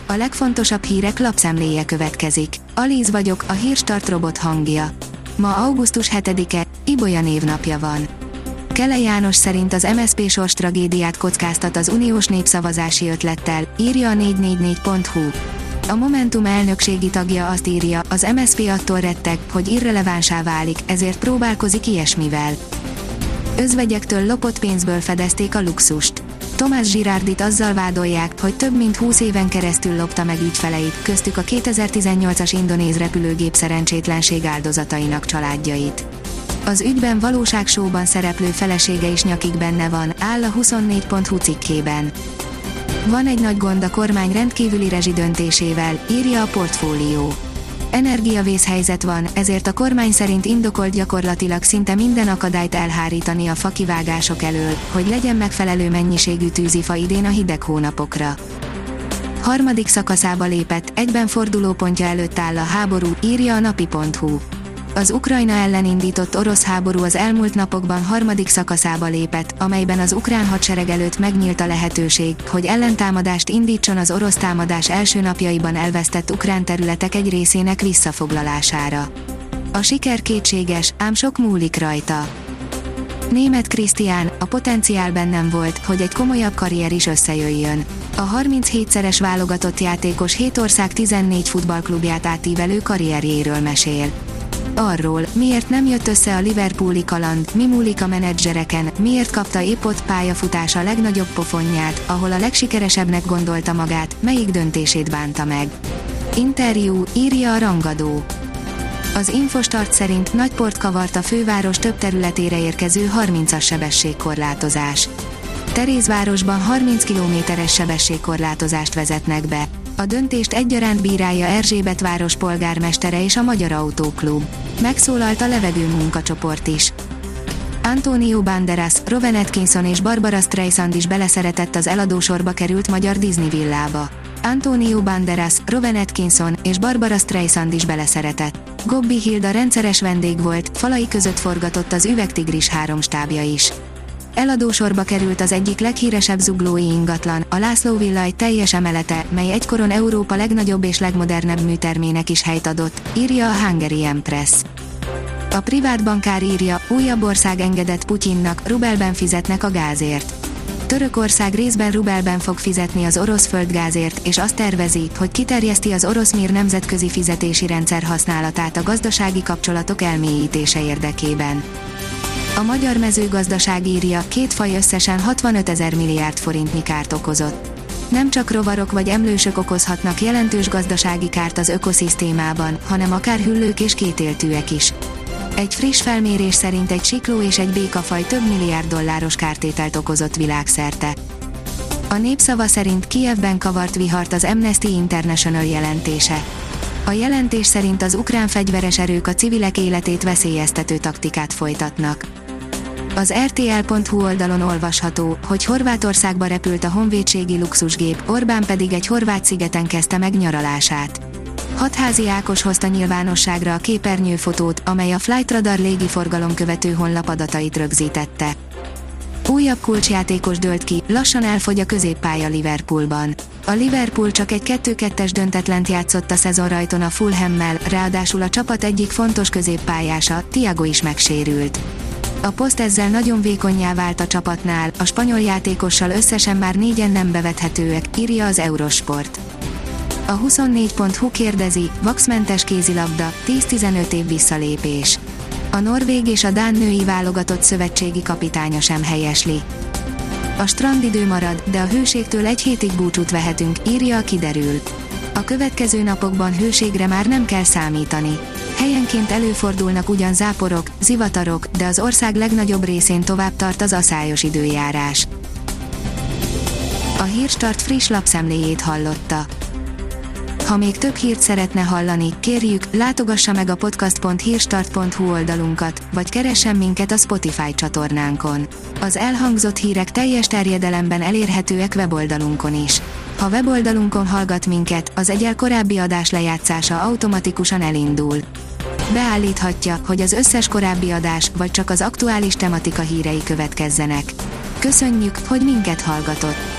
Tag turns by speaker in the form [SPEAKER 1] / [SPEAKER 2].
[SPEAKER 1] A legfontosabb hírek lapszemléje következik. Alíz vagyok, a Hírstart robot hangja. Ma augusztus 7-e, Ibolya névnapja van. Kele János szerint az MSZP sorstragédiát kockáztat az uniós népszavazási ötlettel, írja a 444.hu. A Momentum elnökségi tagja azt írja, az MSZP attól retteg, hogy irrelevánsá válik, ezért próbálkozik ilyesmivel. Özvegyektől lopott pénzből fedezték a luxust. Tomás Girardit azzal vádolják, hogy több mint 20 éven keresztül lopta meg ügyfeleit, köztük a 2018-as indonéz repülőgép szerencsétlenség áldozatainak családjait. Az ügyben valóságshow-ban szereplő felesége is nyakig benne van, áll a 24.hu cikkében. Van egy nagy gond a kormány rendkívüli rezsi döntésével, írja a Portfólió. Energiavészhelyzet van, ezért a kormány szerint indokolt gyakorlatilag szinte minden akadályt elhárítani a fakivágások elől, hogy legyen megfelelő mennyiségű tűzifa idén a hideg hónapokra. Harmadik szakaszába lépett, egyben fordulópontja előtt áll a háború, írja a napi.hu. Az Ukrajna ellen indított orosz háború az elmúlt napokban harmadik szakaszába lépett, amelyben az ukrán hadsereg előtt megnyílt a lehetőség, hogy ellentámadást indítson az orosz támadás első napjaiban elvesztett ukrán területek egy részének visszafoglalására. A siker kétséges, ám sok múlik rajta. Németh Krisztián, a potenciál bennem volt, hogy egy komolyabb karrier is összejöjjön. A 37-szeres válogatott játékos 7 ország 14 futballklubját átívelő karrierjéről mesél. Arról, miért nem jött össze a liverpooli kaland, mi múlik a menedzsereken, miért kapta épp ott pályafutása legnagyobb pofonját, ahol a legsikeresebbnek gondolta magát, melyik döntését bánta meg. Interjú, írja a Rangadó. Az Infostart szerint nagy port kavart a főváros több területére érkező 30-as sebességkorlátozás. Terézvárosban 30 km/s sebességkorlátozást vezetnek be. A döntést egyaránt bírálja Erzsébetváros polgármestere és a Magyar Autóklub. Megszólalt a levegő munkacsoport is. Antonio Banderas, Rowan Atkinson és Barbara Streisand is beleszeretett az eladósorba került magyar Disney villába. Antonio Banderas, Rowan Atkinson és Barbara Streisand is beleszeretett. Gobbi Hilda rendszeres vendég volt, falai között forgatott az Üvegtigris 3 stábja is. Eladósorba került az egyik leghíresebb zuglói ingatlan, a László villa egy teljes emelete, mely egykoron Európa legnagyobb és legmodernebb műtermének is helyt adott, írja a Hungary Empress. A privát bankár írja, újabb ország engedett Putyinnak, rubelben fizetnek a gázért. Törökország részben rubelben fog fizetni az orosz földgázért, és azt tervezi, hogy kiterjeszti az orosz MIR nemzetközi fizetési rendszer használatát a gazdasági kapcsolatok elmélyítése érdekében. A magyar mezőgazdaság írja, 2 faj összesen 65 000 milliárd forintnyi kárt okozott. Nem csak rovarok vagy emlősök okozhatnak jelentős gazdasági kárt az ökoszisztémában, hanem akár hüllők és kétéltűek is. Egy friss felmérés szerint egy sikló és egy békafaj több milliárd dolláros kártételt okozott világszerte. A Népszava szerint Kijevben kavart vihart az Amnesty International jelentése. A jelentés szerint az ukrán fegyveres erők a civilek életét veszélyeztető taktikát folytatnak. Az RTL.hu oldalon olvasható, hogy Horvátországba repült a honvédségi luxusgép, Orbán pedig egy horvát szigeten kezdte meg nyaralását. Hatházi Ákos hozta nyilvánosságra a képernyőfotót, amely a Flightradar légiforgalom követő honlap adatait rögzítette. Újabb kulcsjátékos dőlt ki, lassan elfogy a középpálya Liverpoolban. A Liverpool csak egy 2-2-es döntetlent játszott a szezonrajton a Fulhammel, ráadásul a csapat egyik fontos középpályása, Thiago is megsérült. A Post ezzel nagyon vékonnyá vált a csapatnál, a spanyol játékossal összesen már 4-en nem bevethetőek, írja az Eurosport. A 24.hu kérdezi, vaxmentes kézilabda, 10-15 év visszalépés. A norvég és a dán női válogatott szövetségi kapitánya sem helyesli. A strandidő marad, de a hőségtől egy hétig búcsút vehetünk, írja a Kiderül. A következő napokban hőségre már nem kell számítani. Helyenként előfordulnak ugyan záporok, zivatarok, de az ország legnagyobb részén tovább tart az aszályos időjárás. A Hírstart friss lapszemléjét hallotta. Ha még több hírt szeretne hallani, kérjük, látogassa meg a podcast.hírstart.hu oldalunkat, vagy keressen minket a Spotify csatornánkon. Az elhangzott hírek teljes terjedelemben elérhetőek weboldalunkon is. Ha weboldalunkon hallgat minket, az egyel korábbi adás lejátszása automatikusan elindul. Beállíthatja, hogy az összes korábbi adás, vagy csak az aktuális tematika hírei következzenek. Köszönjük, hogy minket hallgatott!